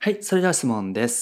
はい、それでは質問です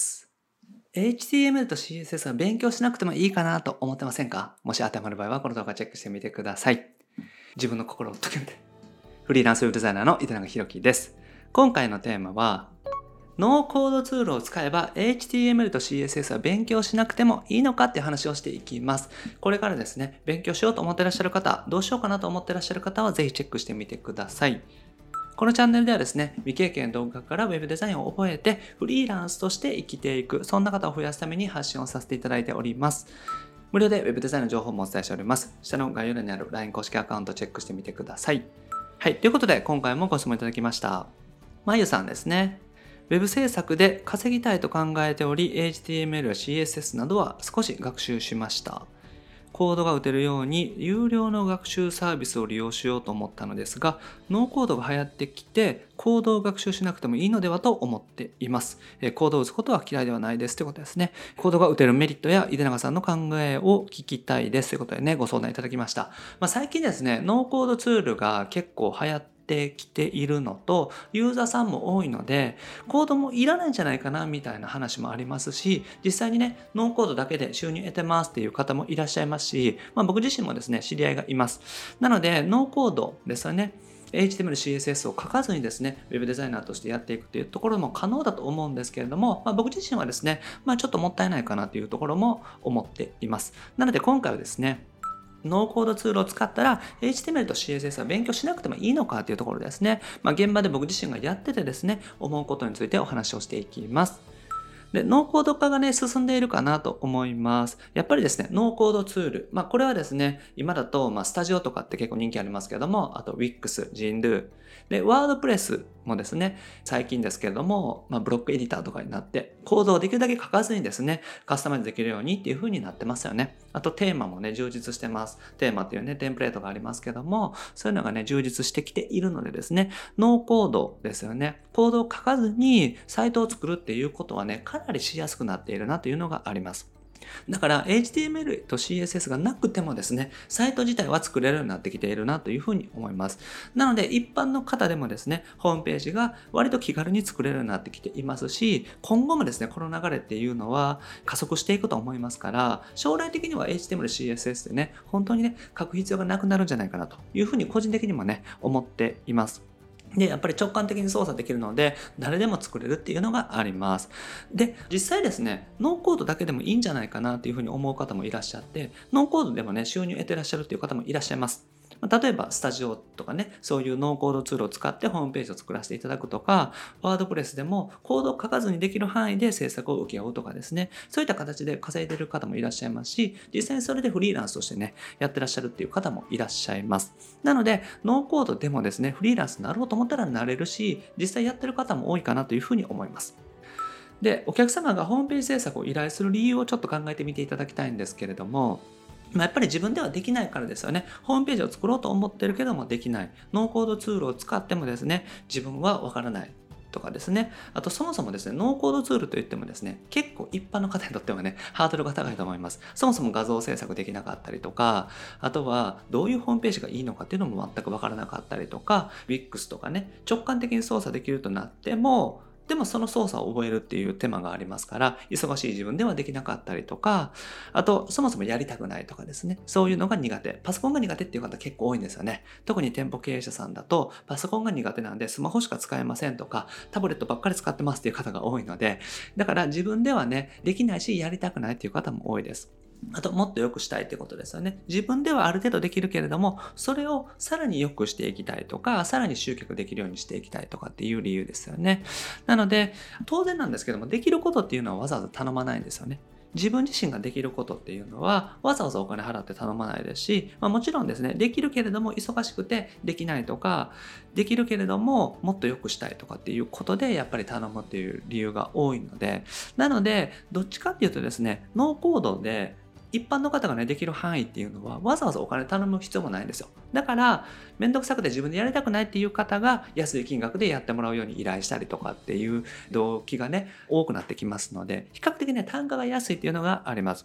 。HTML と CSS は勉強しなくてもいいかなと思ってませんか？もし当てはまる場合はこの動画チェックしてみてください。自分の心を解けて。フリーランスウェブデザイナーの板永宏樹です。今回のテーマは、ノーコードツールを使えば HTML と CSS は勉強しなくてもいいのかっていう話をしていきます。これからですね、勉強しようと思ってらっしゃる方、どうしようかなと思ってらっしゃる方はぜひチェックしてみてください。このチャンネルではですね、未経験動画からウェブデザインを覚えてフリーランスとして生きていく、そんな方を増やすために発信をさせていただいております。無料でウェブデザインの情報もお伝えしております。下の概要欄にある LINE 公式アカウントをチェックしてみてください。はい、ということで今回もご質問いただきました。まゆさんですね。ウェブ制作で稼ぎたいと考えており、HTML や CSS などは少し学習しました。コードが打てるように有料の学習サービスを利用しようと思ったのですが、ノーコードが流行ってきて、コードを学習しなくてもいいのではと思っています。コードを打つことは嫌いではないですということですね。コードが打てるメリットや井出永さんの考えを聞きたいですということでね、ご相談いただきました。最近ですね、ノーコードツールが結構流行ってきているのと、ユーザーさんも多いので、コードもいらないんじゃないかなみたいな話もありますし、実際にね、ノーコードだけで収入得てますっていう方もいらっしゃいますし、僕自身もですね、知り合いがいます。なので、ノーコードですよね。HTML、CSS を書かずにですね、ウェブデザイナーとしてやっていくというところも可能だと思うんですけれども、僕自身はですね、ちょっともったいないかなというところも思っています。なので今回はですね、ノーコードツールを使ったら HTML と CSS は勉強しなくてもいいのかというところですね。現場で僕自身がやっててですね、思うことについてお話をしていきます。で、ノーコード化がね、進んでいるかなと思います。やっぱりですね、ノーコードツール。これはですね、今だと、スタジオとかって結構人気ありますけども、あと Wix、Jimdo。で、ワードプレスもですね、最近ですけれども、ブロックエディターとかになって、コードをできるだけ書かずにですね、カスタマイズできるようにっていう風になってますよね。あとテーマもね、充実してます。テーマっていうね、テンプレートがありますけども、そういうのがね、充実してきているのでですね、ノーコードですよね。コードを書かずにサイトを作るっていうことはね、かなりしやすくなっているなというのがあります。だから HTML と CSS がなくてもですね、サイト自体は作れるようになってきているなというふうに思います。なので一般の方でもですね、ホームページが割と気軽に作れるようになってきていますし、今後もですね、この流れっていうのは加速していくと思いますから、将来的には HTML、CSS でね、本当にね、書く必要がなくなるんじゃないかなというふうに個人的にもね、思っています。で、やっぱり直感的に操作できるので、誰でも作れるっていうのがあります。で、実際ですね、ノーコードだけでもいいんじゃないかなっていうふうに思う方もいらっしゃって、ノーコードでもね、収入得てらっしゃるっていう方もいらっしゃいます。例えば、スタジオとかね、そういうノーコードツールを使ってホームページを作らせていただくとか、ワードプレスでもコードを書かずにできる範囲で制作を請け負うとかですね、そういった形で稼いでいる方もいらっしゃいますし、実際にそれでフリーランスとしてね、やってらっしゃるっていう方もいらっしゃいます。なので、ノーコードでもですね、フリーランスになろうと思ったらなれるし、実際やってる方も多いかなというふうに思います。で、お客様がホームページ制作を依頼する理由をちょっと考えてみていただきたいんですけれども、やっぱり自分ではできないからですよね。ホームページを作ろうと思ってるけどもできない。ノーコードツールを使ってもですね、自分はわからない。とかですね。あとそもそもですね、ノーコードツールといってもですね、結構一般の方にとってはね、ハードルが高いと思います。そもそも画像制作できなかったりとか、あとはどういうホームページがいいのかっていうのも全くわからなかったりとか、Wix とかね、直感的に操作できるとなっても、でもその操作を覚えるっていう手間がありますから、忙しい自分ではできなかったりとか、あと、そもそもやりたくないとかですね。そういうのが苦手。パソコンが苦手っていう方結構多いんですよね。特に店舗経営者さんだと、パソコンが苦手なんでスマホしか使えませんとか、タブレットばっかり使ってますっていう方が多いので、だから自分ではね、できないし、やりたくないっていう方も多いです。あと、もっと良くしたいってことですよね。自分ではある程度できるけれども、それをさらに良くしていきたいとか、さらに集客できるようにしていきたいとかっていう理由ですよね。なので、当然なんですけども、できることっていうのはわざわざ頼まないんですよね。自分自身ができることっていうのは、わざわざお金払って頼まないですし、もちろんですね、できるけれども忙しくてできないとか、できるけれどももっと良くしたいとかっていうことでやっぱり頼むっていう理由が多いので、なので、どっちかっていうとですね、ノーコードで一般の方がね、できる範囲っていうのは、わざわざお金頼む必要もないんですよ。だから、めんどくさくて自分でやりたくないっていう方が、安い金額でやってもらうように依頼したりとかっていう動機がね、多くなってきますので、比較的ね、単価が安いっていうのがあります。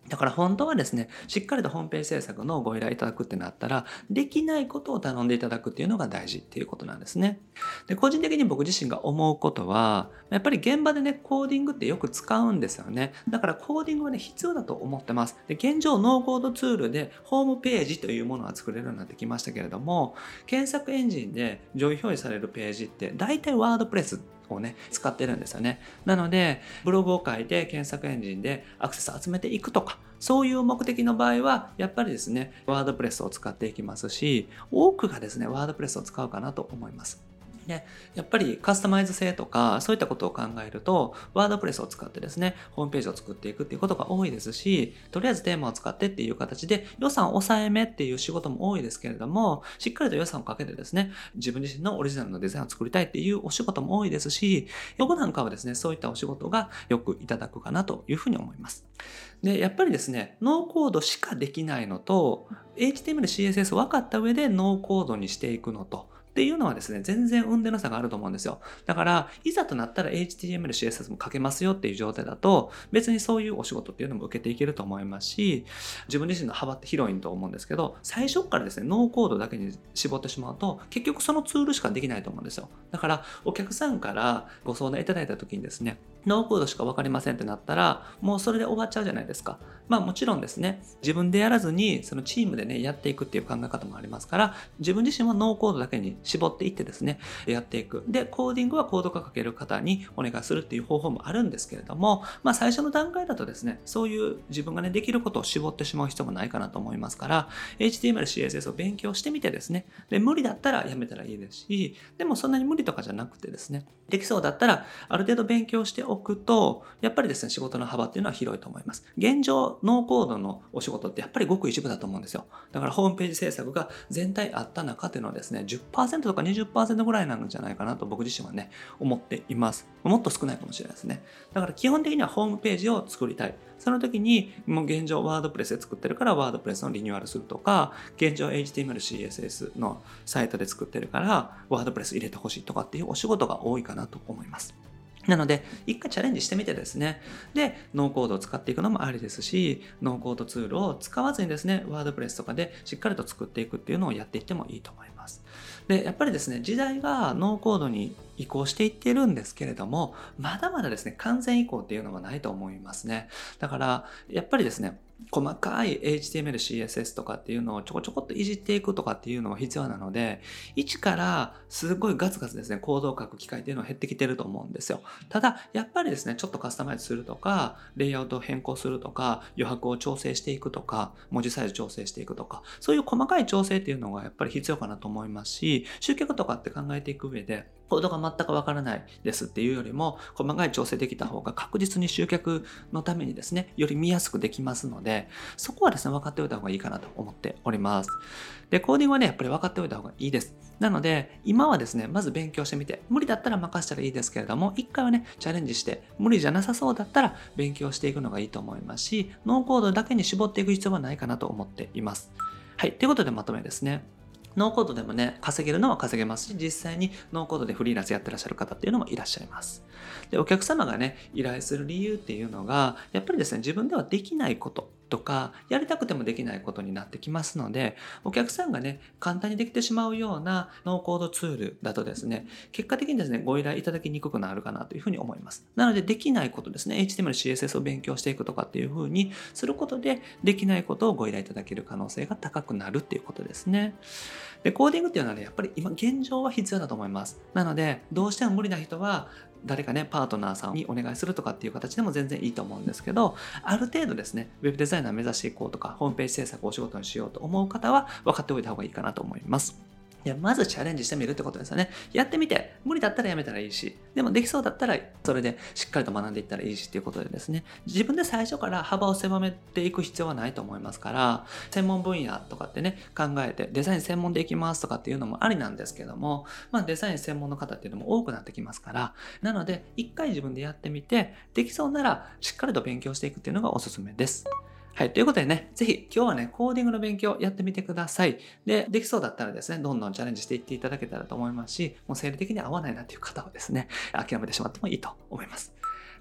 だから本当はですね、しっかりとホームページ制作のご依頼いただくってなったら、できないことを頼んでいただくっていうのが大事っていうことなんですね。で、個人的に僕自身が思うことは、やっぱり現場でね、コーディングってよく使うんですよね。だからコーディングはね、必要だと思ってます。で、現状ノーコードツールでホームページというものは作れるようになってきましたけれども、検索エンジンで上位表示されるページって大体ワードプレスをね、使ってるんですよね。なので、ブログを書いて検索エンジンでアクセス集めていくとか、そういう目的の場合は、やっぱりですね、ワードプレスを使っていきますし、多くがですね、ワードプレスを使うかなと思います。で、やっぱりカスタマイズ性とかそういったことを考えると、ワードプレスを使ってですね、ホームページを作っていくっていうことが多いですし、とりあえずテーマを使ってっていう形で予算抑えめっていう仕事も多いですけれども、しっかりと予算をかけてですね、自分自身のオリジナルのデザインを作りたいっていうお仕事も多いですし、僕なんかはですね、そういったお仕事がよくいただくかなというふうに思います。で、やっぱりですね、ノーコードしかできないのと、HTML、CSS 分かった上でノーコードにしていくのと、っていうのはですね、全然運転の差があると思うんですよ。だから、いざとなったら HTML、CSS も書けますよっていう状態だと、別にそういうお仕事っていうのも受けていけると思いますし、自分自身の幅って広いと思うんですけど、最初からですね、ノーコードだけに絞ってしまうと、結局そのツールしかできないと思うんですよ。だから、お客さんからご相談いただいた時にですね、ノーコードしか分かりませんってなったら、もうそれで終わっちゃうじゃないですか。まあもちろんですね、自分でやらずに、そのチームでね、やっていくっていう考え方もありますから、自分自身はノーコードだけに絞っていってですね、やっていく。で、コーディングはコード化かける方にお願いするっていう方法もあるんですけれども、まあ最初の段階だとですね、そういう自分がね、できることを絞ってしまう必要もないかなと思いますから、HTML、CSS を勉強してみてですね、で、無理だったらやめたらいいですし、でもそんなに無理とかじゃなくてですね、できそうだったら、ある程度勉強しておくと、やっぱりですね、仕事の幅っていうのは広いと思います。現状、ノーコードのお仕事ってやっぱりごく一部だと思うんですよ。だからホームページ制作が全体あった中っていうのはですね、10% とか20%ぐらいなんじゃないかなと僕自身はね、思っています。もっと少ないかもしれないですね。だから基本的にはホームページを作りたい。その時に、もう現状ワードプレスで作ってるからワードプレスのリニューアルするとか、現状 HTML、CSS のサイトで作ってるからワードプレス入れてほしいとかっていうお仕事が多いかなと思います。なので、一回チャレンジしてみてですね。で、ノーコードを使っていくのもありですし、ノーコードツールを使わずにですね、ワードプレスとかでしっかりと作っていくっていうのをやっていってもいいと思います。で、やっぱりですね、時代がノーコードに移行していってるんですけれども、まだまだですね、完全移行っていうのはないと思いますね。だから、やっぱりですね、細かい HTML、CSS とかっていうのをちょこちょこっといじっていくとかっていうのは必要なので、一からすごいガツガツですね、コードを書く機会っていうのは減ってきてると思うんですよ。ただ、やっぱりですね、ちょっとカスタマイズするとか、レイアウトを変更するとか、余白を調整していくとか、文字サイズ調整していくとか、そういう細かい調整っていうのがやっぱり必要かなと思いますし、集客とかって考えていく上で、コードが全くわからないですっていうよりも、細かい調整できた方が確実に集客のためにですね、より見やすくできますので、そこはですね、分かっておいた方がいいかなと思っております。で、コーディングはね、やっぱり分かっておいた方がいいです。なので、今はですね、まず勉強してみて、無理だったら任せたらいいですけれども、一回はね、チャレンジして、無理じゃなさそうだったら勉強していくのがいいと思いますし、ノーコードだけに絞っていく必要はないかなと思っています。はい、ということでまとめですね。ノーコードでもね、稼げるのは稼げますし、実際にノーコードでフリーランスやってらっしゃる方っていうのもいらっしゃいます。で、お客様がね、依頼する理由っていうのが、やっぱりですね、自分ではできないこととか、やりたくてもできないことになってきますので、お客さんがね、簡単にできてしまうようなノーコードツールだとですね、結果的にですね、ご依頼いただきにくくなるかなというふうに思います。なので、できないことですね、HTML、CSS を勉強していくとかっていうふうにすることで、できないことをご依頼いただける可能性が高くなるっていうことですね。で、コーディングっていうのはね、やっぱり今現状は必要だと思います。なので、どうしても無理な人は、誰かね、パートナーさんにお願いするとかっていう形でも全然いいと思うんですけど、ある程度ですね、ウェブデザイナー目指していこうとか、ホームページ制作をお仕事にしようと思う方は分かっておいた方がいいかなと思います。で、まずチャレンジしてみるってことですよね。やってみて、無理だったらやめたらいいし、でもできそうだったら、それでしっかりと学んでいったらいいしっていうことでですね、自分で最初から幅を狭めていく必要はないと思いますから、専門分野とかってね、考えて、デザイン専門でいきますとかっていうのもありなんですけども、まあデザイン専門の方っていうのも多くなってきますから、なので、一回自分でやってみて、できそうならしっかりと勉強していくっていうのがおすすめです。はい。ということでね、ぜひ今日はね、コーディングの勉強やってみてください。で、できそうだったらですね、どんどんチャレンジしていっていただけたらと思いますし、もう生理的に合わないなっていう方はですね、諦めてしまってもいいと思います。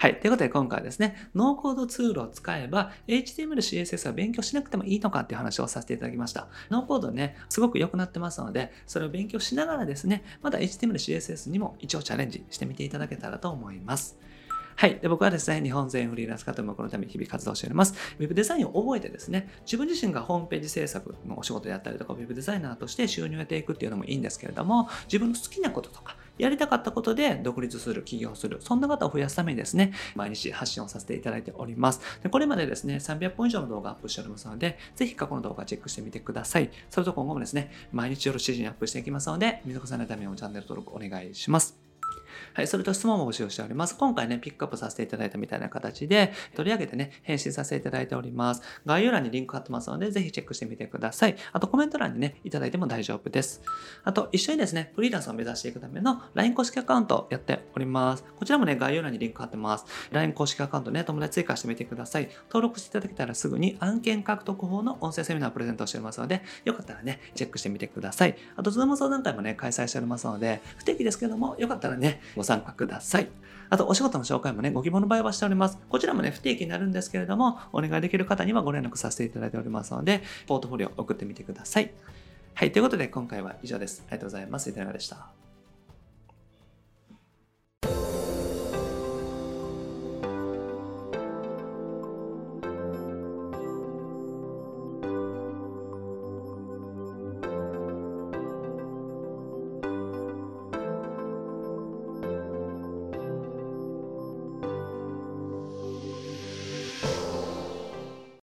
はい。ということで今回はですね、ノーコードツールを使えば HTML、CSS は勉強しなくてもいいのかっていう話をさせていただきました。ノーコードね、すごく良くなってますので、それを勉強しながらですね、また HTML、CSS にも一応チャレンジしてみていただけたらと思います。はい。で、僕はですね、日本全フリーランス化というこのために日々活動しております。ウェブデザインを覚えてですね、自分自身がホームページ制作のお仕事であったりとか、ウェブデザイナーとして収入を得ていくっていうのもいいんですけれども、自分の好きなこととか、やりたかったことで独立する、起業する、そんな方を増やすためにですね、毎日発信をさせていただいております。でこれまでですね、300本以上の動画アップしておりますので、ぜひ過去の動画チェックしてみてください。それと今後もですね、毎日夜7時にアップしていきますので、見逃さないためにもチャンネル登録お願いします。はい、それと質問も募集しております。今回ね、ピックアップさせていただいたみたいな形で、取り上げてね、返信させていただいております。概要欄にリンク貼ってますので、ぜひチェックしてみてください。あとコメント欄にね、いただいても大丈夫です。あと、一緒にですね、フリーランスを目指していくための LINE 公式アカウントをやっております。こちらもね、概要欄にリンク貼ってます。LINE 公式アカウントね、友達追加してみてください。登録していただけたらすぐに案件獲得法の音声セミナーをプレゼントしておりますので、よかったらね、チェックしてみてください。あと、ズーム相談会もね、開催しておりますので、不定期ですけども、よかったらね、ご参加ください。あと、お仕事の紹介もね、ご希望の場合はしております。こちらもね、不定期になるんですけれども、お願いできる方にはご連絡させていただいておりますので、ポートフォリオ送ってみてください。はい、ということで今回は以上です。ありがとうございます。いかがでした？